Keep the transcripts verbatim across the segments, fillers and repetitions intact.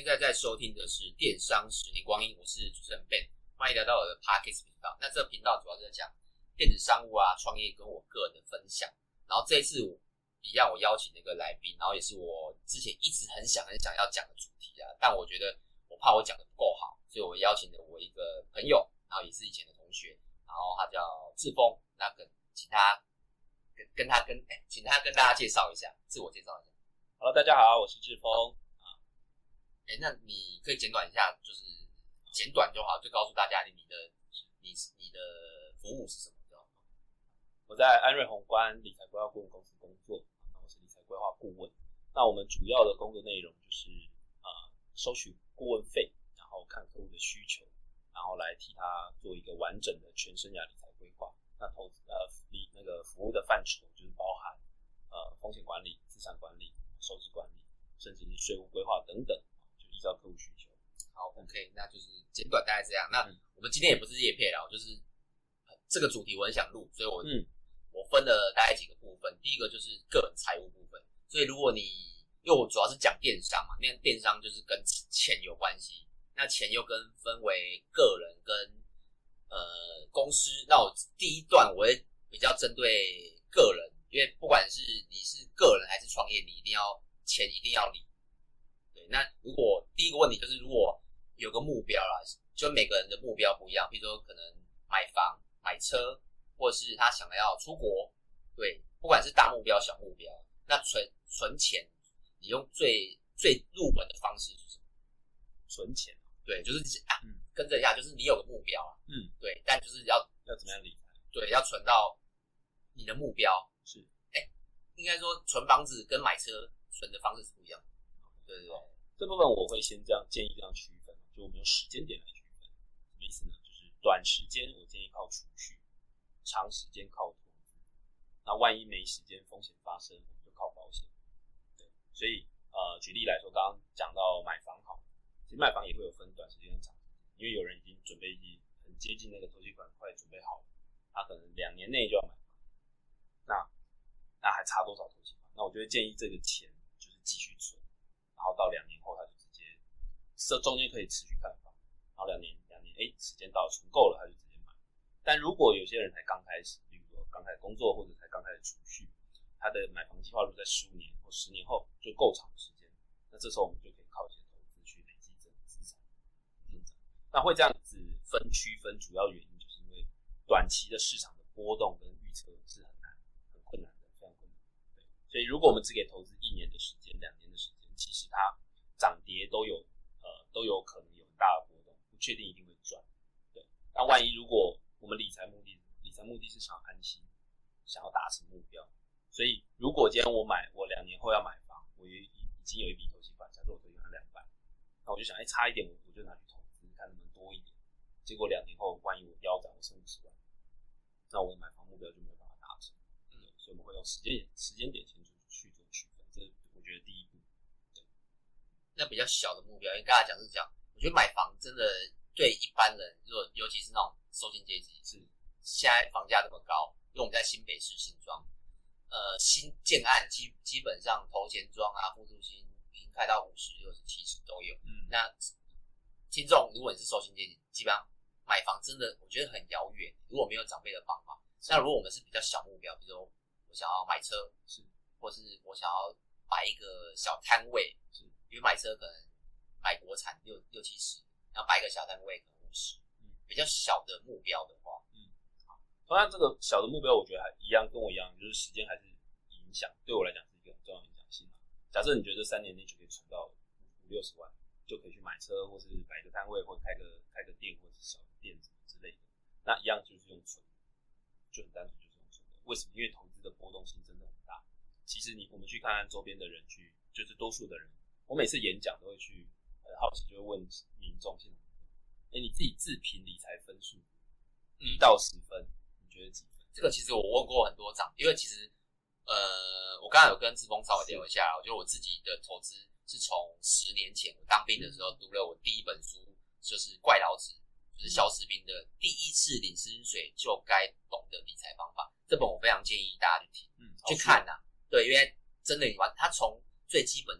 在在收听的是电商十年光阴，我是主持人 Ben， 欢迎来到我的 Podcast 频道。那这个频道主要是在讲电子商务啊、创业跟我个人的分享。然后这一次我一样，我邀请了一个来宾，然后也是我之前一直很想很想要讲的主题啊，但我觉得我怕我讲的不够好，所以我邀请了我一个朋友，然后也是以前的同学，然后他叫志峰，那跟请他跟跟他跟、欸、请他跟大家介绍一下，自我介绍一下。 Hello， 大家好，我是志峰。 哎、欸，那你可以简短一下，就是简短就好，就告诉大家你的你你的服务是什么就好。 我在安瑞宏观理财规划顾问公司工作，那我是理财规划顾问。那我们主要的工作内容就是呃收取顾问费，然后看客户的需求，然后来替他做一个完整的全生涯理财规划。那投资呃理那个服务的范畴就是包含呃风险管理、资产管理、收支管理，甚至是税务规划等等。依照客户需求。 好 ，OK， 那就是简短大概这样。那我们今天也不是业配啦，就是这个主题我很想录，所以我嗯我分了大概几个部分。第一个就是个人财务部分，所以如果你因为我主要是讲电商嘛，那电商就是跟钱有关系，那钱又跟分为个人跟呃公司。那我第一段我会比较针对个人，因为不管是你是个人还是创业，你一定要钱一定要理。那如果第一个问题就是，如果有个目标啦，就每个人的目标不一样，比如说可能买房、买车，或是他想要出国，对，不管是大目标、小目标，那存存钱，你用最最入门的方式是什么？ 存钱， 对，就是啊，嗯、跟着一下，就是你有个目标啊，嗯，对，但就是要要怎么样理财？ 对，要存到你的目标是， 哎、欸，应该说存房子跟买车存的方式是不一样的，对对对。 这部分我会先这样建议这样区分，就我们用时间点来区分。什么意思呢？就是短时间我建议靠储蓄，长时间靠投资。那万一没时间，风险发生，我们就靠保险。对，所以呃，举例来说，刚刚讲到买房好，其实买房也会有分短时间跟长时间，因为有人已经准备已经很接近那个头期款，快准备好了，他可能两年内就要买房，那那还差多少头期款？那我就会建议这个钱就是继续存。然后到两年后，他就直接，这中间可以持续看房，然后两年两年，哎，时间到了存够了，他就直接买。但如果有些人才刚开始，比如说刚开始工作或者才刚开始储蓄，他的买房计划如果在十五年或十年后就够长的时间，那这时候我们就可以靠一些投资去累积这个资产增长。那会这样子分区分，主要原因就是因为短期的市场的波动跟预测是很难、很困难的，非常困难。对，所以如果我们只给投资一年的时间、两年的时间。其实它涨跌都有呃都有可能有很大的波动，不确定一定会赚。对，那万一如果我们理财目的理财目的是想要安心，想要达成目标，所以如果今天我买我两年后要买房，我已经有一笔头期款，假设我头期款两百，那我就想，哎，差一点我我就拿去投资，看能不能多一点。结果两年后万一我腰斩，我剩五十万，那我的买房目标就没有办法达成。嗯，所以我们会用时间时间点先去做区分，这是我觉得第一步。 那比较小的目标，因为刚才讲是讲，我觉得买房真的对一般人，如果尤其是那种受薪阶级，是现在房价这么高，因为我们在新北市新庄，呃，新建案基基本上头前庄啊、付租金已经开到五十、六十、七十都有。嗯，那听众如果你是受薪阶级，基本上买房真的我觉得很遥远，如果没有长辈的帮忙。那如果我们是比较小目标，比如说我想要买车，是，或是我想要摆一个小摊位，是。因为买车可能买国产六六七十，然后摆一个小单位可能五十，嗯，比较小的目标的话，嗯， 好，同样这个小的目标，我觉得还一样，跟我一样，就是时间还是影响，对我来讲是一个很重要的影响性嘛。假设你觉得三年内就可以存到五六十万，就可以去买车，或是摆个摊位，或者开个开个店，或者是小的店什么之类的，那一样就是用存，就很单纯就是用存的。为什么？因为投资的波动性真的很大。其实你我们去看看周边的人去，就是多数的人。我每次演讲都会去，很好奇就会问民众现场，哎，你自己自评理财分数，一到十分，你觉得几分？ 这个其实我问过很多场，因为其实，呃，我刚才有跟志峰稍微聊一下，我觉得我自己的投资是从十年前我当兵的时候读了我第一本书，就是《怪老子》，就是萧士兵的第一次领薪水就该懂的理财方法。这本我非常建议大家去听，嗯，去看呐、啊。对，因为真的你玩，他从最基本的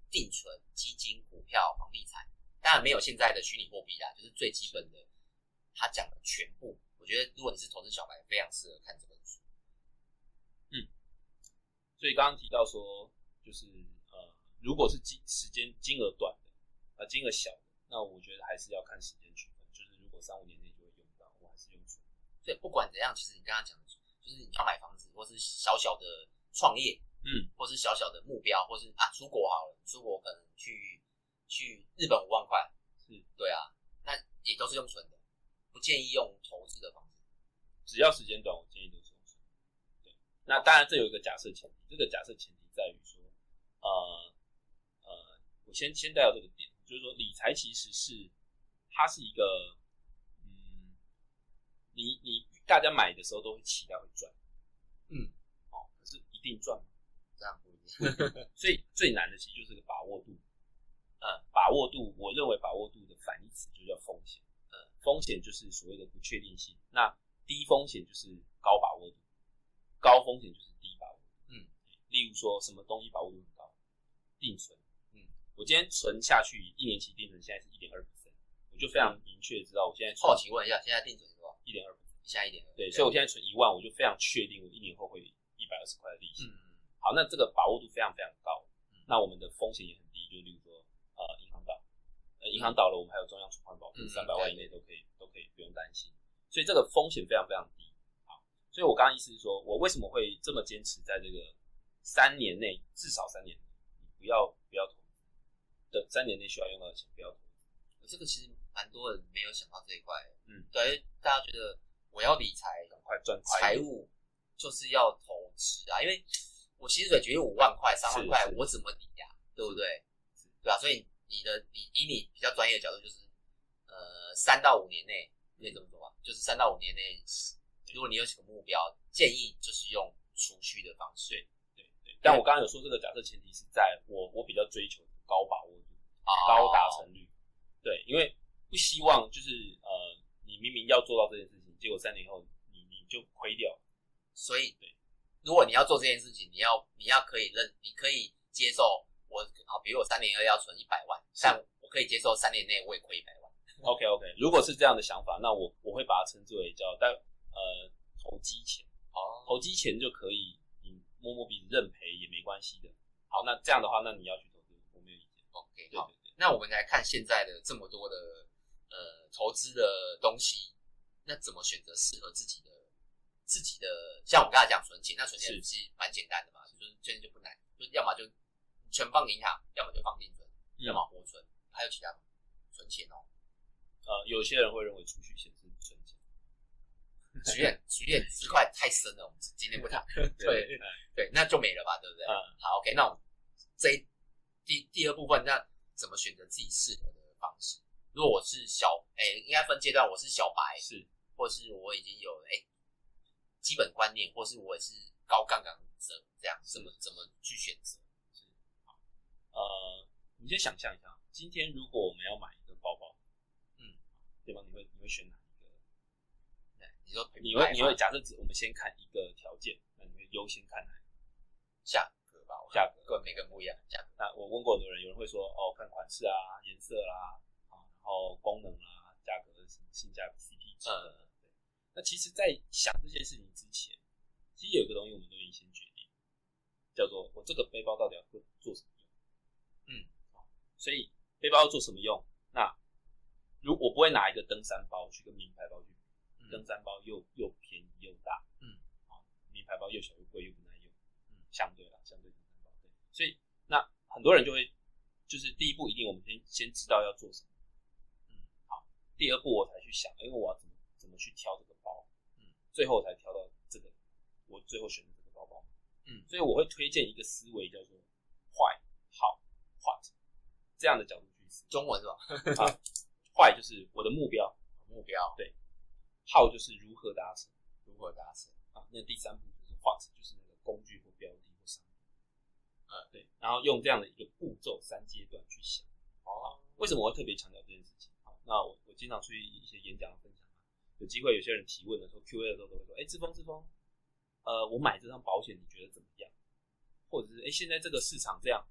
定存、基金、股票、房地产，当然没有现在的虚拟货币啦，就是最基本的，他讲的全部。我觉得如果你是投资小白，非常适合看这本书。 嗯，所以刚刚提到说，就是呃，如果是金时间金额短的，呃，金额小的，那我觉得还是要看时间区分。就是如果三五年内就会用到，我还是用存。 所以不管怎样，其实你刚刚讲的，就是你要买房子，或是小小的创业， 嗯， 或是小小的目标，或是啊出国好了，出国可能去去日本五万块， 是， 对啊，那也都是用存的，不建议用投资的方式。 只要时间短，我建议都是用存。对，那当然这有一个假设前提，这个假设前提在于说，呃呃，我先先带到这个点，就是说理财其实是它是一个，嗯，你你大家买的时候都会期待会赚， 嗯， 哦，可是一定赚吗？ 这样不一定。 所以最难的其实就是个把握度。嗯，把握度，我认为把握度的反义词就叫风险。嗯，风险就是所谓的不确定性。那低风险就是高把握度，高风险就是低把握度。嗯，例如说什么东西把握度很高？定存。嗯，我今天存下去一年期定存现在是 百分之一点二， 我就非常明确的知道我现在好奇问一下，现在定存是多少？ 百分之一点二， 现在一点二。 对，所以我现在存一万，我就非常确定我一年后会一百二十块的利息。嗯，好，那这个把握度非常非常高。嗯，那我们的风险也很低，就例如说呃银行倒，呃银行倒了，我们还有中央存款保证，三百万以内都可以都可以不用担心。所以这个风险非常非常低。好，所以我刚刚意思是说，我为什么会这么坚持在这个三年内，至少三年内，你不要不要投资的三年内需要用到的钱不要投资。 这个其实蛮多人没有想到这一块。 嗯， 对，大家觉得我要理财， 赶快赚财务就是要投资啊，因为我薪水只有五万块、三万块，我怎么理呀、啊？对不对？对啊，所以你的你以你比较专业的角度，就是呃三到五年内。可以这么说吧，就是三到五年内，如果你有几个目标，建议就是用储蓄的方式。 对对对。但我刚刚有说这个假设前提是在我我比较追求高把握度、哦、高达成率。对，因为不希望就是呃你明明要做到这件事情，结果三年后你你就亏掉。 所以对，如果你要做这件事情，你要你要可以认，你可以接受我好，比如我三年后要存一百万，但我可以接受三年内我也亏一百万。 OK OK， 如果是这样的想法，那我我会把它称之为叫但呃投机钱。哦，投机钱就可以你摸摸鼻子认赔也没关系的。好，那这样的话，那你要去投资，我没有意见。 OK， 好，那我们来看现在的这么多的呃投资的东西，那怎么选择适合自己的自己的？像我们刚才讲存钱，那存钱其实蛮简单的嘛，就是真的就不难，就是要么就全放银行，要么就放定存，嗯、要么活存，还有其他吗？存钱哦。 呃，有些人会认为储蓄险是存钱， 储蓄储蓄险这块太深了，我们今天不谈。对对，那就没了吧，对不对？嗯，好 ，OK， 那我们这一第第二部分，那怎么选择自己适合的方式？如果我是小，哎，应该分阶段，我是小白， 是，或是我已经有哎基本观念，或是我是高杠杆者，这样怎么怎么去选择？ 是，好，呃，你先想象一下，今天如果我们要买一个包包。对吧？你会你会选哪一个？ 你说你会你会假设我们先看一个条件，那你会优先看哪一个？ 价格吧， 价格， 跟每个人不一样。价格。 那我问过很多人，有人会说哦，看款式啊、颜色啦，然后功能啦、价格什么性价比 C P 值。嗯，对。那其实，在想这件事情之前，其实有一个东西我们都已经先决定，叫做我这个背包到底要做什么用？嗯，所以背包要做什么用？那如果我不会拿一个登山包去跟名牌包去比，嗯、登山包又又便宜又大，嗯，好，名牌包又小又贵又不耐用，嗯，相对啦，相对登山包，对，所以那很多人就会，就是第一步一定我们先先知道要做什么，嗯，好，第二步我才去想，因为我要怎么怎么去挑这个包，嗯，最后才挑到这个，我最后选择这个包包，嗯，所以我会推荐一个思维叫做坏、好、what 这样的角度去思， 中文是吧？ 啊。坏就是我的目标， 目标对。how 就是如何达成， 如何达成啊？那第三步就是 what， 就是那个工具或标的或商品，呃，对。然后用这样的一个步骤三阶段去想。哦，为什么我会特别强调这件事情？好，那我我经常出去一些演讲分享啊，有机会有些人提问的时候 ，Q A 的时候都会说，哎，志峰志峰，呃，我买这张保险你觉得怎么样？或者是哎，现在这个市场这样，台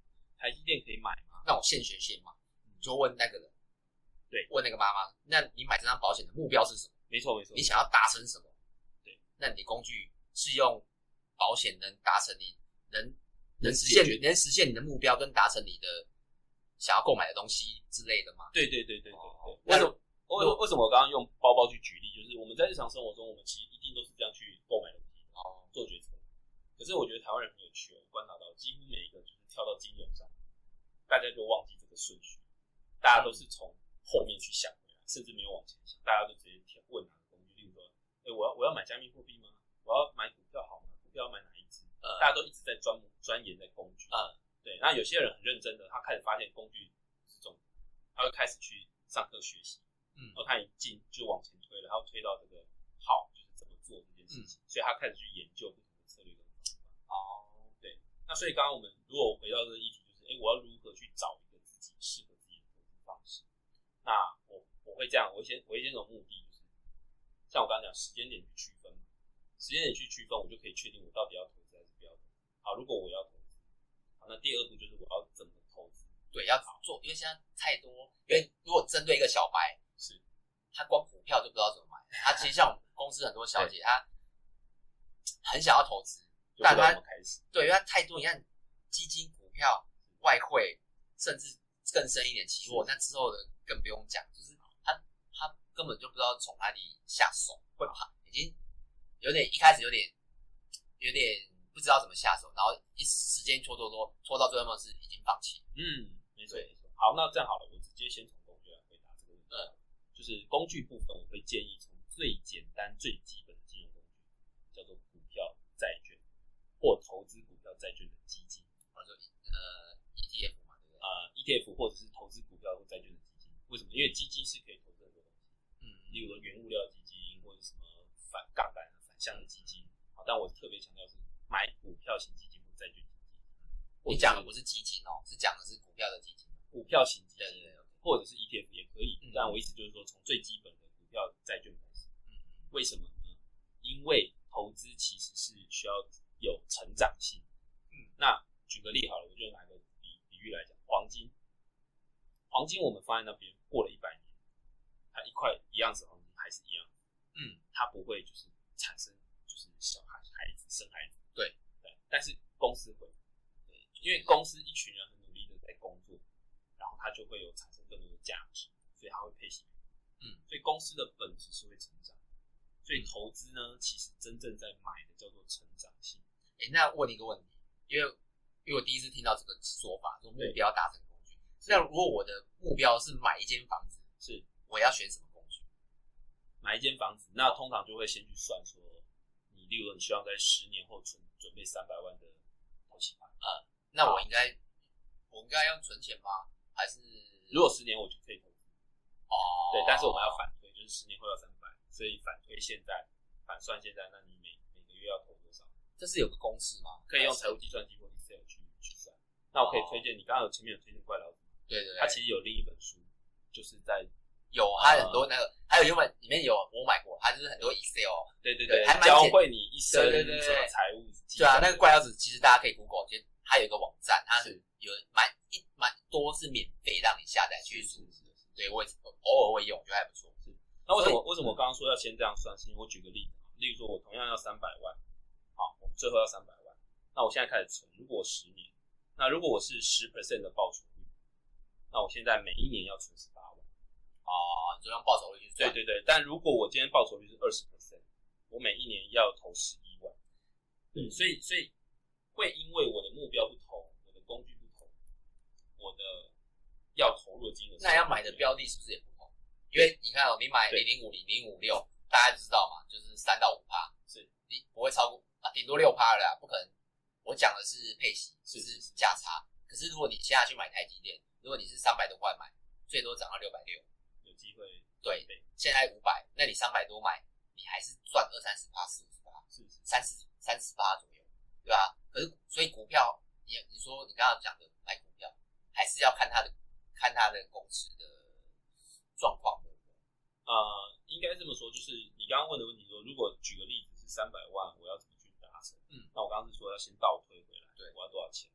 台积电可以买吗？ 那种现学现卖，你就问那个人， 对， 问那个妈妈，那你买这张保险的目标是什么？ 没错没错， 你想要达成什么？ 对， 那你的工具是用保险能达成你能能实现能实现你的目标跟达成你的想要购买的东西之类的吗？ 对对对对对对。 哦、 为什么为为什么我刚刚用包包去举例？就是我们在日常生活中，我们其实一定都是这样去购买东西，哦，做决策。可是我觉得台湾人很有趣，我观察到几乎每一个就是跳到金融上，大家就忘记这个顺序，大家都是从后面去想回来，甚至没有往前想，大家都直接问他的工具，例如说，哎、欸，我要我要买加密货币吗？我要买股票好吗？股票要买哪一支？呃，大家都一直在专钻研在工具。嗯，对。那有些人很认真的，他开始发现工具是重点，他会开始去上课学习。嗯，然后他一进就往前推了，他会推到这个好，就是怎么做这件事情，嗯、所以他开始去研究不同的策略跟方法。哦，对。那所以刚刚我们如果回到这个议题，就是，哎，我要如何去找一个自己适合自己的投资方式？那我我会这样，我会先我会先有目的，就是像我刚刚讲时间点去区分嘛，时间点去区分，我就可以确定我到底要投资还是不要投资。好，如果我要投资，好，那第二步就是我要怎么投资？对，要做，因为现在太多，因为如果针对一个小白。是，他光股票就不知道怎么买。他其实像我们公司很多小姐，她很想要投资，但她对，因为她太多，你看基金、股票、外汇，甚至更深一点期货，那之后的更不用讲，就是他他根本就不知道从哪里下手，会怕，已经有点一开始有点有点不知道怎么下手，然后一时间拖拖拖拖到最后是已经放弃。嗯，没错没错。好，那这样好了，我直接先从工具来回答这个问题。嗯。就是工具部分，我会建议从最简单、最基本的金融工具，叫做股票、债券或投资股票、债券的基金，或者说呃 E T F 嘛，对不对？呃 E T F 或者是投资股票或债券的基金。为什么？因为基金是可以投资很多东西，嗯，例如说原物料基金或者什么反杠杆、反向的基金。好，但我特别强调是买股票型基金或债券型基金。你讲的不是基金哦，是讲的是股票的基金，股票型基金。对对对。或者是 E T F 也可以，嗯、但我意思就是说，从最基本的股票、债券开始。嗯，为什么呢？因为投资其实是需要有成长性。嗯，那举个例好了，我就拿个比比喻来讲，黄金，黄金我们放在那边过了一百年，它一块一样是黄金还是一样。嗯，它不会就是产生就是小孩孩子生孩子。对对，但是公司会，对，因为公司一群人很努力的在工作。然后它就会有产生更多的价值，所以它会配息。嗯，所以公司的本质是会成长，所以投资呢，其实真正在买的叫做成长性。哎，那问你一个问题，因为因为我第一次听到这个说法，说目标达成工具。那如果我的目标是买一间房子，是我要选什么工具？买一间房子，那通常就会先去算说，你例如你希望在十年后存准备三百万的头期款，呃，那我应该我应该要存钱吗？还是如果十年我就可以投资哦，对，但是我们要反推，就是十年后要三百，所以反推现在，反算现在，那你每每个月要投多少？这是有个公式吗？可以用财务计算机或 Excel 去去算。那我可以推荐你，刚刚有前面有推荐怪老子，对对对，他其实有另一本书，就是在有他很多那个，还有一本里面有我买过，他就是很多 Excel， 对对对，还教会你一生什么财务。对啊，那个怪老子其实大家可以 Google， 其实他有一个网站，它是有蛮一蛮多是免费让你下载去数字，对我偶尔会用，我觉得还不错。是，那为什么为什么我刚刚说要先这样算？是因为我举个例子，例如说我同样要三百万，好，我最后要三百万，那我现在开始存，如果十年，那如果我是十 percent 的报酬率，那我现在每一年要存十八万，啊，你就用报酬率去算。对对对，但如果我今天报酬率是二十 percent， 我每一年要投十一万，对，所以所以会因为我的目标不同，我的工具不同，我的要投入的金额，那要买的标的是不是也不同？因为你看哦，你买零零五零、零五六，大家知道嘛，就是三到五趴，是你不会超过啊，顶多六趴了啦，不可能。我讲的是配息，就是价差。可是如果你现在去买台积电，如果你是三百多块买，最多涨到六百六，有机会。对，现在五百，那你三百多买，你还是赚二三十趴、四五十趴，是三十三十趴左右，对吧？可是所以股票，你你说你刚刚讲的买股票，还是要看它的看它的公司的状况，对不对？呃，应该这么说，就是你刚刚问的问题说，如果举个例子是三百万，我要怎么去达成？嗯，那我刚刚是说要先倒推回来，对，我要多少钱？对，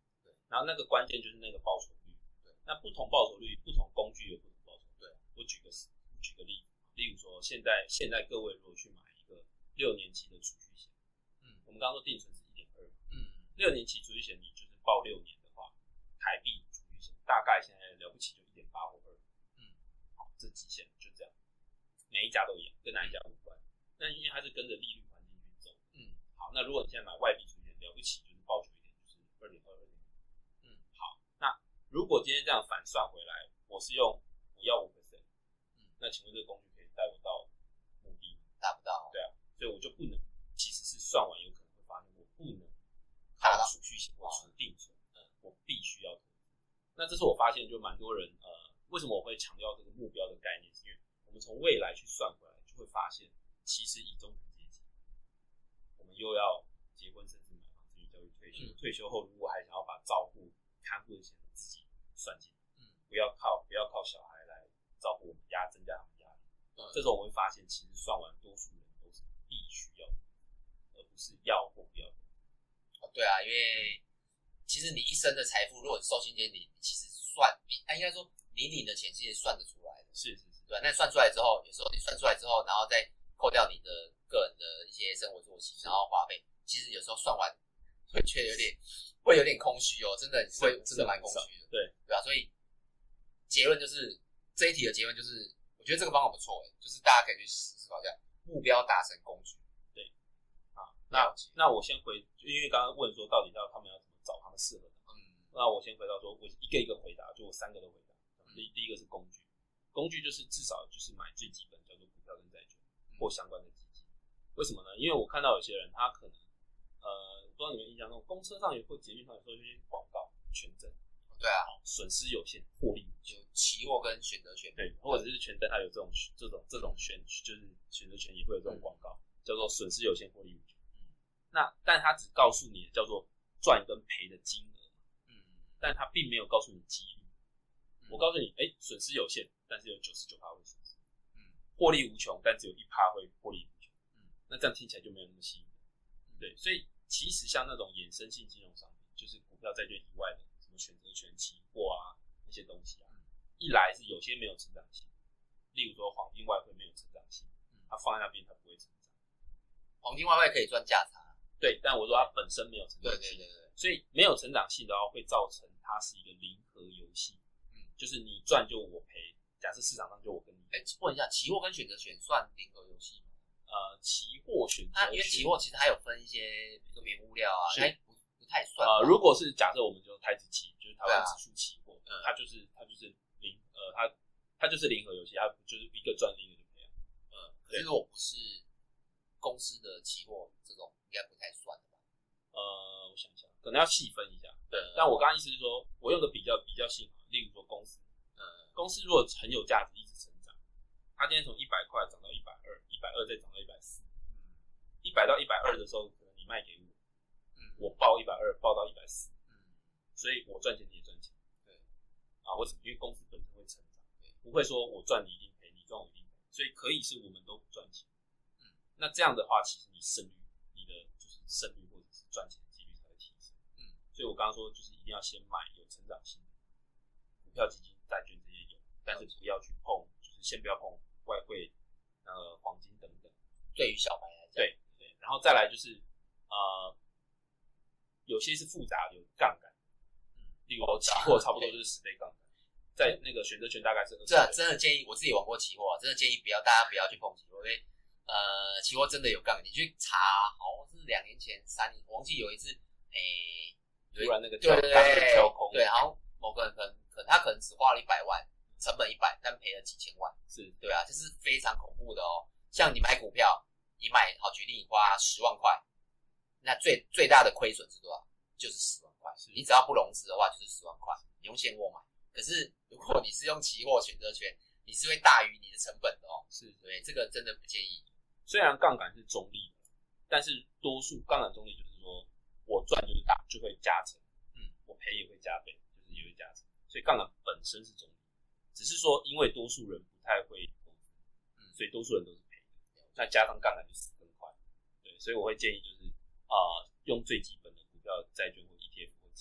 然后那个关键就是那个报酬率。对，那不同报酬率，不同工具有不同报酬率。对，我举个举个例子，例如说现在现在各位如果去买一个六年期的储蓄险，嗯，我们刚刚说定存是 一点二， 嗯，六年期储蓄险你就是报六年的话，台币储蓄险大概现在了不起就 一点八 或二，嗯，好，这极限就这样，每一家都一样，跟哪一家无关。那因为它是跟着利率环境去走，嗯，好，那如果你现在买外币储蓄险，了不起就是报酬一点，就是 二点二、二点五，嗯，好，那如果今天这样反算回来，我是用我要 百分之五， 嗯，那请问这个工具可以带我到目的吗？ 达不到， 对啊，所以我就不能，其实是算完有可能会发现我不能靠储蓄险或储定存，嗯，我必须要投资。那这是我发现就蛮多人，呃，为什么我会强调这个目标的概念，是因为我们从未来去算回来，就会发现，其实以中产阶级，我们又要结婚、生子、买房子、教育、退休，嗯，退休后如果还想要把照顾、看护的钱自己算进来，嗯，不要靠不要靠小孩来照顾我们家，增加他们压力。嗯，这时候我们会发现，其实算完，多数人都是必须要，而不是要或不要。 哦，对啊，因为其实你一生的财富，如果你受薪阶级，你其实算，啊，应该说你领的钱其实算得出来的。 是是是， 对啊，那算出来之后，有时候你算出来之后，然后再扣掉你的个人的一些生活作息，然后花费，其实有时候算完会觉得有点会有点空虚哦，真的会真的蛮空虚的。 对对啊，所以结论就是这一题的结论就是，我觉得这个方法不错诶，就是大家可以去思考一下目标达成工具。 对，啊，那那我先回，因为刚刚问说到底要他们要怎么找他们适合的，嗯，那我先回到说，我一个一个回答，就我三个都回答。第第一个是工具。工具就是至少就是买最基本叫做股票跟债券或相关的基金。为什么呢？因为我看到有些人他可能呃，不知道你们印象中，公车上有或捷运上有时候有些广告权证， 对啊， 损失有限，获利就期货跟选择权， 对，或者是权证它有这种这种这种选就是选择权也会有这种广告，叫做损失有限，获利无穷。嗯，那但它只告诉你叫做赚跟赔的金额，嗯，但它并没有告诉你几率。我告诉你，哎，损失有限，但是有 百分之九十九 会损失，嗯，获利无穷，但只有 百分之一 会获利无穷，嗯，那这样听起来就没有那么吸引人，对，所以其实像那种衍生性金融商品，就是股票、债券以外的什么选择权、期货啊那些东西啊，一来是有些没有成长性，例如说黄金、外汇没有成长性，它放在那边它不会成长。 黄金、外汇可以赚价差， 对，但我说它本身没有成长性， 对对对对， 所以没有成长性的话，会造成它是一个零和游戏。就是你赚就我赔，假设市场上就我跟你。 哎，问一下，期货跟选择权算零和游戏吗？ 呃，期货选择权， 它因为期货其实还有分一些，比如说原物料啊，它不不太算。 呃，如果是假设我们就台指期，就是台湾指数期货，啊嗯、它就是它就是零，呃，它它就是零和游戏，它就是一个赚，另一个就赔。 嗯，可是如果不是公司的期货这种，应该不太算的吧？ 呃，我想想，可能要细分一下。对，但我刚刚意思是说，我用个比较比较性，例如说公司，嗯，公司如果很有价值，一直成长，它今天从一百块涨到一百二，一百二再涨到一百四，嗯，一百到一百二的时候，可能你卖给我，嗯，我报一百二，报到一百四，嗯，所以我赚钱你也赚钱，对，啊，为什么？因为公司本身会成长，不会说我赚你一定赔，你赚我一定赔，所以可以是我们都不赚钱，嗯，那这样的话，其实你胜率，你的就是胜率或者是赚钱的几率才会提升，嗯，所以我刚刚说就是一定要先买有成长性的股票、基金、债券这些有，但是不要去碰，就是先不要碰外汇、呃黄金等等。 对于小白来讲， 对对，然后再来就是呃，有些是复杂有杠杆，嗯，例如期货差不多就是十倍杠杆，在那个选择权大概是二十倍。 这真的建议，我自己玩过期货，真的建议不要大家不要去碰期货，因为呃期货真的有杠杆，你去查，好像是两年前、三年，我忘记有一次，诶， 突然那个对对对跳空， 对，然后某个人可能可能他可能只花了一百万，成本一百，但赔了几千万， 是， 对啊，这是非常恐怖的哦。像你买股票，你买好举例，你花十万块，那最最大的亏损是多少？就是十万块。你只要不融资的话，就是十万块，你用现货买。可是如果你是用期货选择权，你是会大于你的成本的哦。 是， 对，这个真的不建议。 虽然杠杆是中立的，但是多数杠杆中立就是说我赚就是大，就会加成，嗯，我赔也会加倍，就是也会加成。所以杠杆本身是中立，只是说因为多数人不太会投资，嗯，所以多数人都是赔的。那加上杠杆就死更快，对，所以我会建议就是啊、呃，用最基本的股票、债券或 E T F 或基金都 OK，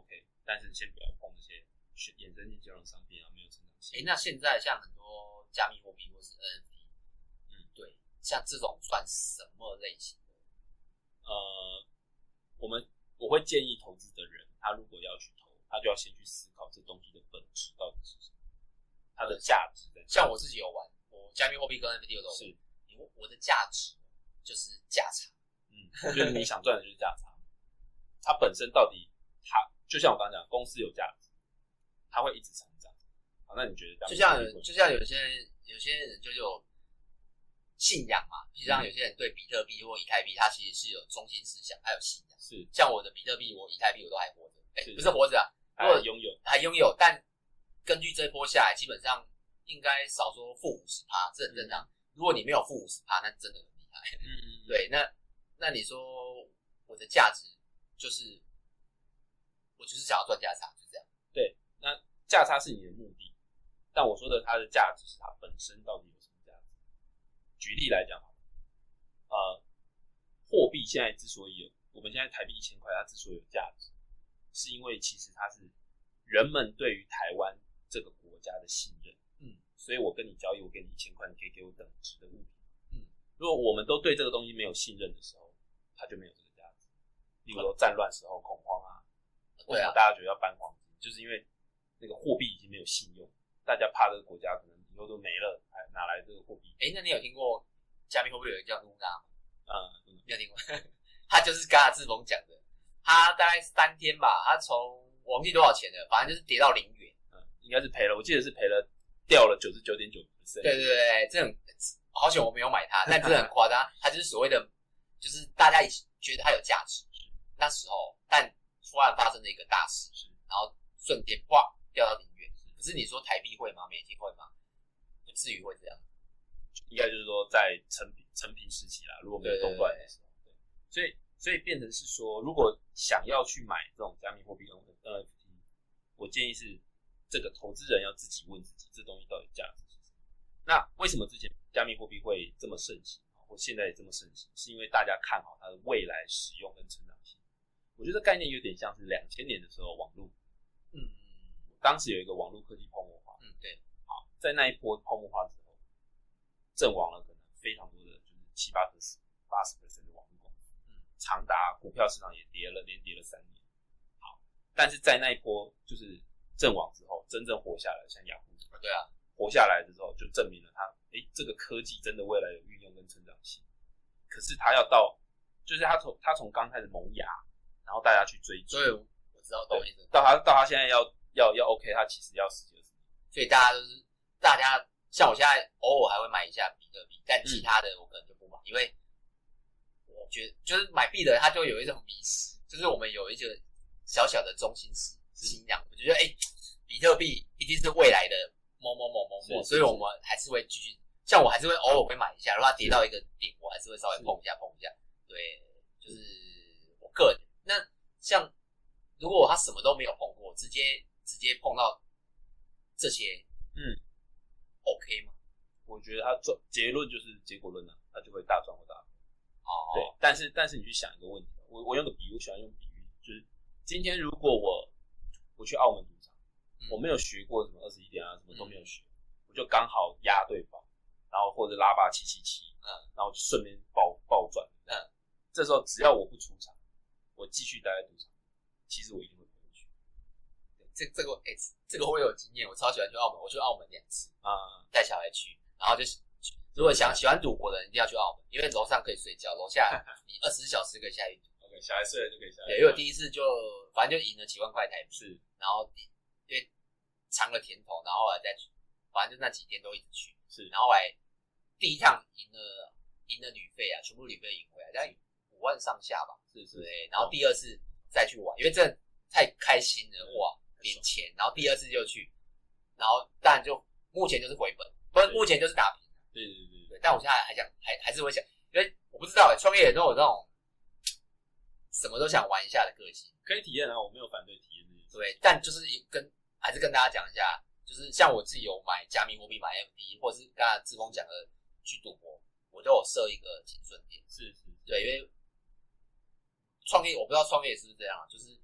OK， 但是先不要碰那些衍生性金融商品啊，没有成长性。 哎，那现在像很多加密货币或是 N F T， 嗯，对，像这种算什么类型的？ 呃，我们我会建议投资的人，他如果要去投，他就要先去思考这东西的本质到底是什么，它的价值在哪。 像我自己有玩，我加密货币跟 N F T 我都有玩，是我的价值就是价差。 嗯，就是你想赚的就是价差。它本身到底，它就像我刚刚讲，公司有价值，它会一直成长。好，那你觉得？ 就像就像有些人有些人就有信仰嘛，就像有些人对比特币或以太币，它其实是有中心思想，还有信仰。 是， 像我的比特币，我以太币我都还活着，哎、欸，不是活着啊， 还拥有， 还拥有。但根据这一波下来，基本上应该少说负五十趴，这很正常。嗯、如果你没有负五十趴，那真的很厉害。嗯嗯，对，那那你说我的价值就是我就是想要赚价差，就这样。 对，那价差是你的目的，但我说的它的价值是它本身到底有什么价值。举例来讲，呃，货币现在之所以有，我们现在台币一千块，它之所以有价值，是因为其实它是人们对于台湾这个国家的信任。嗯，所以我跟你交易，我给你一千块，你可以给我等值的物品。嗯，如果我们都对这个东西没有信任的时候，它就没有这个价值。例如说战乱时候恐慌啊，为什么大家觉得要搬黄金？就是因为那个货币已经没有信用，大家怕这个国家可能以后都没了，还哪来这个货币？ 哎，那你有听过加密货币有一个叫露娜吗？ 嗯， 没有听过。他就是刚才志峰讲的，他大概三天吧，他从我忘记多少钱了，反正就是跌到零元。 嗯，应该是赔了，我记得是赔了，掉了 百分之九十九点九。 对对对，这很好险我没有买它，但真的很夸张。它就是所谓的，就是大家以前觉得它有价值，那时候，但突然发生了一个大事，然后瞬间哇掉到零元。可是你说台币会吗？美金会吗？不至于会这样。 应该就是说在成平成平时期啦，如果没有动乱的时候，对，所以所以变成是说，如果想要去买这种加密货币的 N F T， 我建议是这个投资人要自己问自己，这东西到底价值是什么？那为什么之前加密货币会这么盛行，或现在也这么盛行？是因为大家看好它的未来使用跟成长性。我觉得概念有点像是两千年的时候网络，嗯，当时有一个网络科技泡沫化， 嗯，对， 好，在那一波泡沫化之后，阵亡了可能非常多的就是七八 percent、八十 percent 的网络公司，嗯，长达股票市场也跌了，连跌了三年。好，但是在那一波就是阵亡之后，真正活下来，像雅虎， 对啊， 活下来之后就证明了它，哎，这个科技真的未来有运用跟成长性。可是它要到，就是它从它从刚开始萌芽，然后大家去追逐， 所以我知道，懂意思。 到它到它现在要要要 OK， 它其实要十几二十年。 所以大家都是大家。像我现在偶尔还会买一下比特币，但其他的我可能就不买，嗯、因为我觉得就是买币的人他就有一种迷失，就是我们有一个小小的中心思信仰，我觉得哎、欸，比特币一定是未来的某某某某某，所以我们还是会继续，像我还是会偶尔会买一下，如果它跌到一个点，我还是会稍微碰一下碰一下，对，就是我个人。那像如果他什么都没有碰过，直接直接碰到这些，嗯。OK 吗？ 我觉得它结论就是结果论啊，它就会大赚或大赔。 哦， 对，但是但是你去想一个问题，我我用个比喻，我喜欢用比喻，就是今天如果我我去澳门赌场，嗯、我没有学过什么二十一点啊，什么都没有学，嗯、我就刚好压对方，然后或者拉八七七七，嗯，然后就顺便爆爆赚，嗯，这时候只要我不出场，我继续待在赌场，其实我一定会赔回去。 这这个哎、欸，这个我有经验，我超喜欢去澳门，我去澳门两次啊，带小孩去，然后就如果想喜欢赌博的人一定要去澳门，因为楼上可以睡觉，楼下你二十四小时可以下去赌。 OK， 小孩睡了就可以下去。 对，因为我第一次就反正就赢了几万块台币， 是， 然后因为尝了甜头，然后后来再去，反正就那几天都一直去， 是， 然后后来第一趟赢了赢了旅费啊，全部旅费赢回来，大概五万上下吧， 是是， 对，然后第二次再去玩，因为真的太开心了，哇！点钱，然后第二次就去，然后当然就目前就是回本，不是目前就是打平。 对对对对。 但我现在还想，还还是会想，因为我不知道哎，创业人都有那种什么都想玩一下的个性， 可以体验啊，我没有反对体验这件事。 对，但就是跟还是跟大家讲一下，就是像我自己有买加密货币、买 N F T， 或是刚才志峰讲的去赌博，我都有设一个停损点。 是是。 对，因为创业我不知道创业是不是这样，就是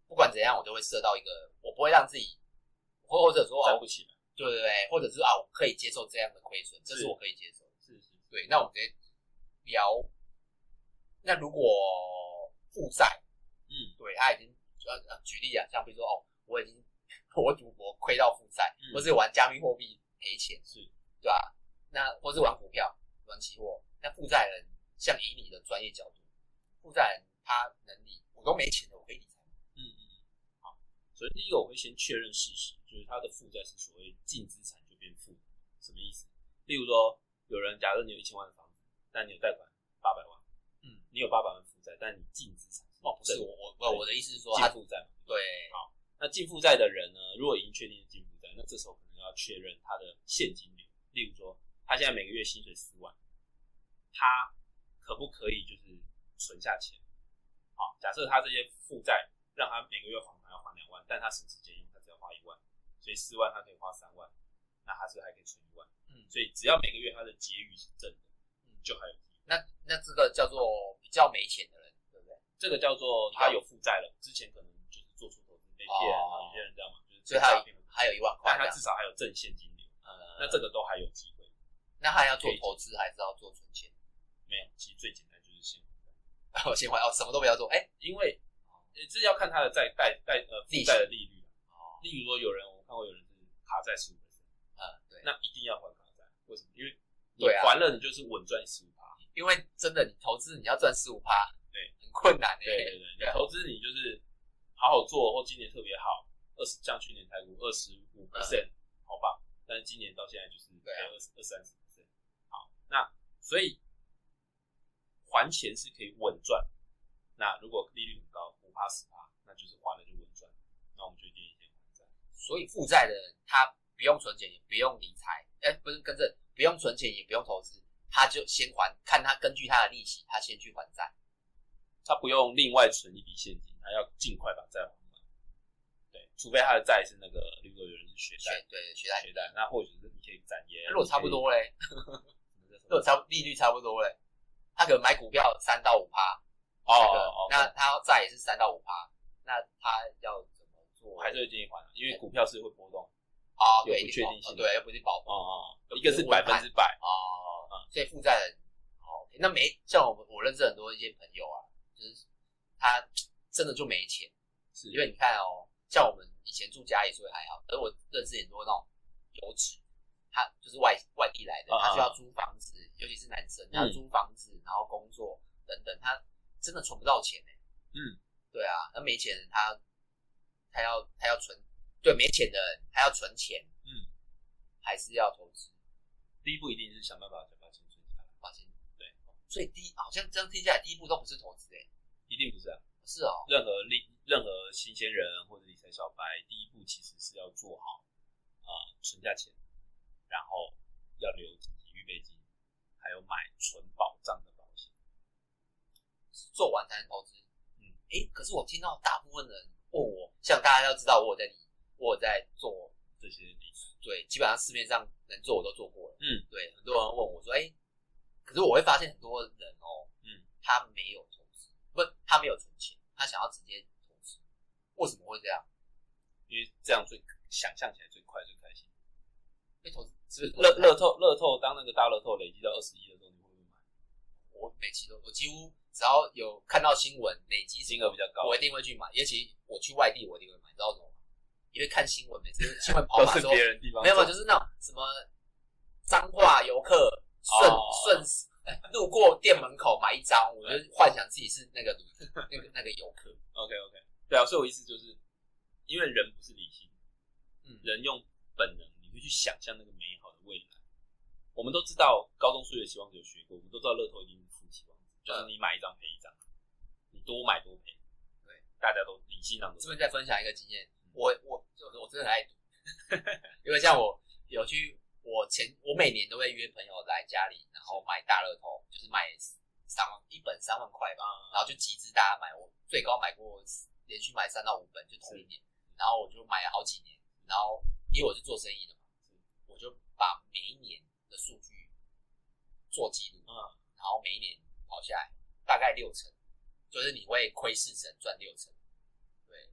不管怎样，我就会设到一个，我不会让自己，或或者说站不起来， 对对对，或者是啊，我可以接受这样的亏损，这是我可以接受的。 是是， 对，那我们直接聊。那如果负债， 嗯， 对，他已经呃举例啊，像比如说哦，我已经我赌博亏到负债， 嗯、 或是玩加密货币赔钱， 是， 对吧？那或是玩股票、玩期货，那负债人，像以你的专业角度，负债人他能力，我都没钱了，我可以理财。 嗯嗯，好，所以第一个我会先确认事实，就是他的负债是所谓净资产就变负，什么意思？例如说，有人假设你有一千万的房子，但你有贷款八百万，嗯，你有八百万负债，但你净资产是哦，不是我我我的意思是说， 净负债嘛， 对， 好，那净负债的人呢，如果已经确定是净负债，那这时候可能要确认他的现金流，例如说，他现在每个月薪水四万，他可不可以就是存下钱？好，假设他这些负债让他每个月还款要还两万，但他省吃俭用，他只要花一万，所以四万他可以花三万，那他是不是还可以存一万？嗯，所以只要每个月他的结余是正的，嗯，就还有机会。 那那这个叫做比较没钱的人，对不对？ 这个叫做他有负债了，之前可能就是做错投资被骗，哦、有些人这样嘛，就是所以他有还有一万块， 但他至少还有正现金流，呃，那这个都还有机会。 那他要做投资还是要做存钱？ 没有，其实最简单就是先还债，先还哦，什么都不要做，哎、欸， 因为呃这要看他的债贷贷呃负债的利率哦。例如说有人我看过有人是卡债十五%， 嗯，对， 那一定要还卡债，为什么？因为你还了，你就是稳赚十五%。 因为真的，你投资你要赚十五%， 对， 很困难的、 欸。对对对，你投资你就是好好做，或今年特别好，二十像去年台股二十五 percent， 好棒。但是今年到现在就是对二十二三十 percent， 好，那所以还钱是可以稳赚。那如果利率很高，五趴十趴，那就是还了就稳赚。那我们就建议先还债。 所以负债的人他不用存钱，也不用理财，哎、欸，不是跟着不用存钱，也不用投资。他就先还，看他根据他的利息，他先去还债， 他不用另外存一笔现金，他要尽快把债还完。对，除非他的债是那个，例如有人是学贷， 对学贷， 学贷，那或许是你可以展延。 如果差不多嘞，如果差利率差不多嘞，他可能买股票三到五趴， 哦哦， 那他债也是三到五趴，那他要怎么做？ 我还是会建议还，因为股票是会波动， 哦， 有不确定性， 对，又不是保护， 哦哦，一个是百分之百， 哦。所以负债人，哦，那没像我们我认识很多一些朋友啊，就是他真的就没钱，是因为你看哦，像我们以前住家里所以还好，可是我认识很多那种游子，他就是外外地来的，他需要租房子，尤其是男生，他要租房子，然后工作等等，他真的存不到钱哎，嗯，对啊，那没钱人他他要他要存，对，没钱的人他要存钱，嗯，还是要投资。 第一步一定是想办法把钱存下来， 把钱对，所以第一好像这样听起来，第一步都不是投资诶， 一定不是啊， 是哦。 任何利任何新鲜人或者理财小白，第一步其实是要做好啊、呃、存下钱，然后要留紧急预备金，还有买纯保障的保险， 做完才能投资。嗯，诶，可是我听到大部分人问我，像大家要知道我有在理，我有在做这些理财， 对，基本上市面上能做我都做过了。 嗯， 对，很多人问我说，哎、欸，可是我会发现很多人哦，嗯，他没有投资，不，他没有存钱，他想要直接投资，为什么会这样？ 因为这样最想象起来最快最开心。 被投资是乐乐透乐透当那个大乐透累积到二十亿的时候，你会不会买？ 我每期都，我几乎只要有看到新闻累积金额比较高， 我一定会去买。尤其我去外地，我一定会买，你知道为什么吗？因为看新闻，每次新闻跑马都是别人地方， 没有嘛，就是那种什么彰化游客顺顺、哦、路过店门口买一张，我就幻想自己是那个那个那个游客。 OK OK， 对啊，所以我意思就是，因为人不是理性，嗯，人用本能，你会去想象那个美好的未来。我们都知道高中数学期望有学过，我们都知道乐透一定是负期望值，就是你买一张赔一张，你多买多赔。对，大家都理性上都。 这边再分享一个经验。我我就是我真的很爱赌，因为像我有去，我前我每年都会约朋友来家里，然后买大乐透，就是买三万一本三万块吧，嗯、然后就集资大家买，我最高买过连续买三到五本，就同一年，然后我就买了好几年，然后因为我是做生意的嘛，我就把每一年的数据做记录，嗯，然后每一年跑下来大概六成，就是你会亏四成赚六成。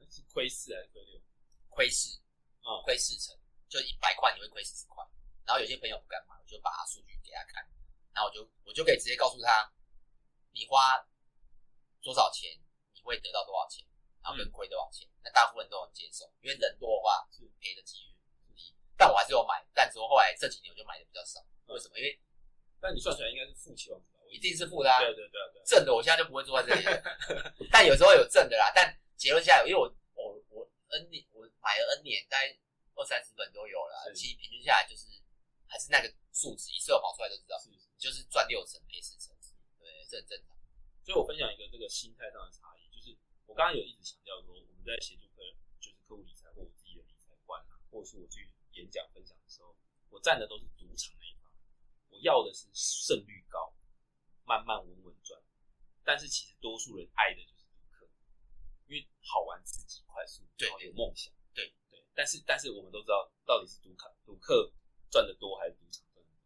是亏四还是亏六？ 亏四， 嗯， 亏四成，就一百块你会亏四十块。然后有些朋友不敢买，我就把他数据给他看，然后我就我就可以直接告诉他，你花多少钱，你会得到多少钱，然后跟亏多少钱。嗯、那大部分人都能接受，因为人多的话是赔的几率低。但我还是有买，但之后后来这几年我就买的比较少。为什么？因为但你算出来应该是负期望值吧？ 一定是负的啊。 对对对对。 正的我现在就不会坐在这里了，但有时候有正的啦。但结论下来，因为我我我 N 年我买了 N 年，大概二三十本都有了，其实平均下来就是还是那个数值，一次有跑出来就知道，是是就是赚六成赔四成，对，这很正常。 所以我分享一个这个心态上的差异，就是我刚刚有一直强调说，我们在协助客人，就是客户理财或我自己的理财观啊，或者是我去演讲分享的时候，我站的都是赌场那一方，我要的是胜率高，慢慢稳稳赚。但是其实多数人爱的就是赌客，因为好玩、刺激、快速，然后有梦想。 对对，但是但是我们都知道，到底是赌客赌客赚得多还是赌场赚得多？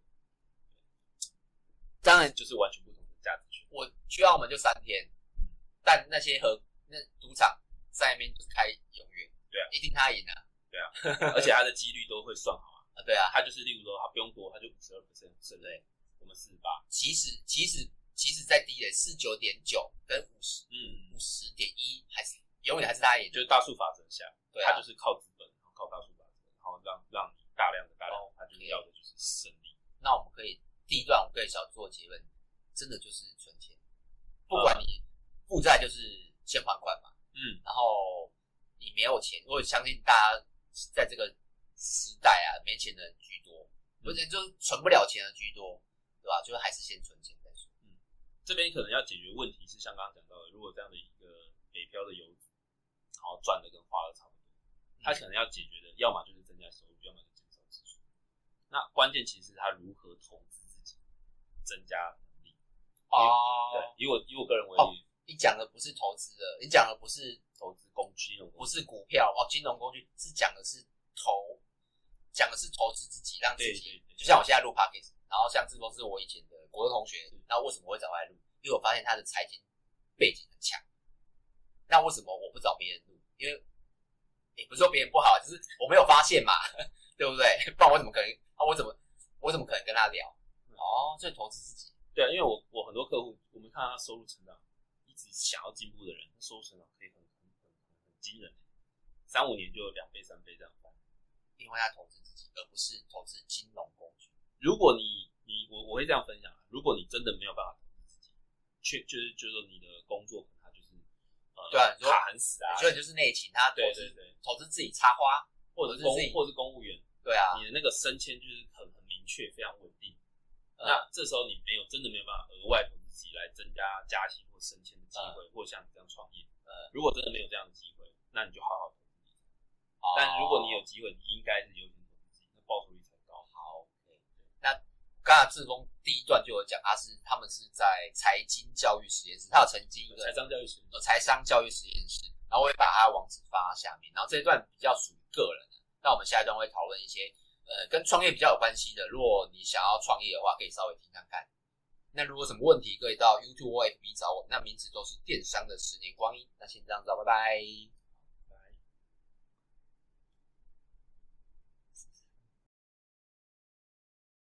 当然就是完全不同的价值圈。 我去澳门就三天，但那些和那赌场在那边就是开永远， 对啊， 一定他赢啊， 对啊，而且他的几率都会算好啊。 啊对啊， 他就是例如说他不用多，他就 百分之五十二 胜率，我们四十八。 其实其实其实在低的 四十九点九 跟五十，嗯 五十点一 还是永远还是他赢， 就是大数法则下， 对啊， 他就是靠资本，然后靠大数法则，然后让让你大量的大量的，他就是要的就是胜利。 那我们可以第一段我们可以小做结论，真的就是存钱，不管你负债就是先还款嘛，嗯，然后你没有钱，我相信大家在这个时代啊，没钱的人居多，不是就是存不了钱的居多，对吧？就还是先存钱再说。 嗯，这边可能要解决问题是像刚刚讲到的，如果这样的一个北漂的游子，然后赚的跟花的差不多，他可能要解决的，要么就是增加收入，要么就减少支出。那关键其实是他如何投资自己，增加能力。 哦， 对，以我以我个人为例。 哦，你讲的不是投资的，你讲的不是投资工具， 不是股票哦，金融工具是讲的是投，讲的是投资自己，让自己，对对对，就像我现在录 podcast， 然后像志峰是我以前的国中同学，那为什么会找他来录？因为我发现他的财经背景很强。那为什么我不找别人录？因为也不是说别人不好，就是我没有发现嘛，对不对？不然我怎么可能？啊，我怎么我怎么可能跟他聊？哦，所以投资自己。 对啊，因为我我很多客户，我们看他收入成长，一直想要进步的人，他收入成长可以很很很很惊人，三五年就有两倍三倍这样翻， 因为他投资自己，而不是投资金融工具。 如果你你我我会这样分享啊，如果你真的没有办法投资自己，确就是就是说你的工作可能他就是呃对啊， 卡很死啊， 有些人就是内勤，他投资投资自己插花，或者是公或是公务员， 对啊， 你的那个升迁就是很很明确，非常稳定。那这时候你没有真的没有办法额外投资自己来增加加薪或升迁的机会，嗯、或像你这样创业，呃、嗯，如果真的没有这样的机会，那你就好好投资自己。哦、但如果你有机会，你应该是优先投资自己，那报酬率才高。 好 ，OK。那刚才志峰第一段就有讲，他是他们是在财经教育实验室，他有曾经一个财商教育实验室， 呃，财商教育实验室，然后我会把他的网址发下面，然后这一段比较属于个人的，那我们下一段会讨论一些。呃，跟创业比较有关系的，如果你想要创业的话，可以稍微听看看。那如果什么问题，可以到 YouTube 或 F B 找我，那名字都是电商的十年光阴。那先这样子，拜拜。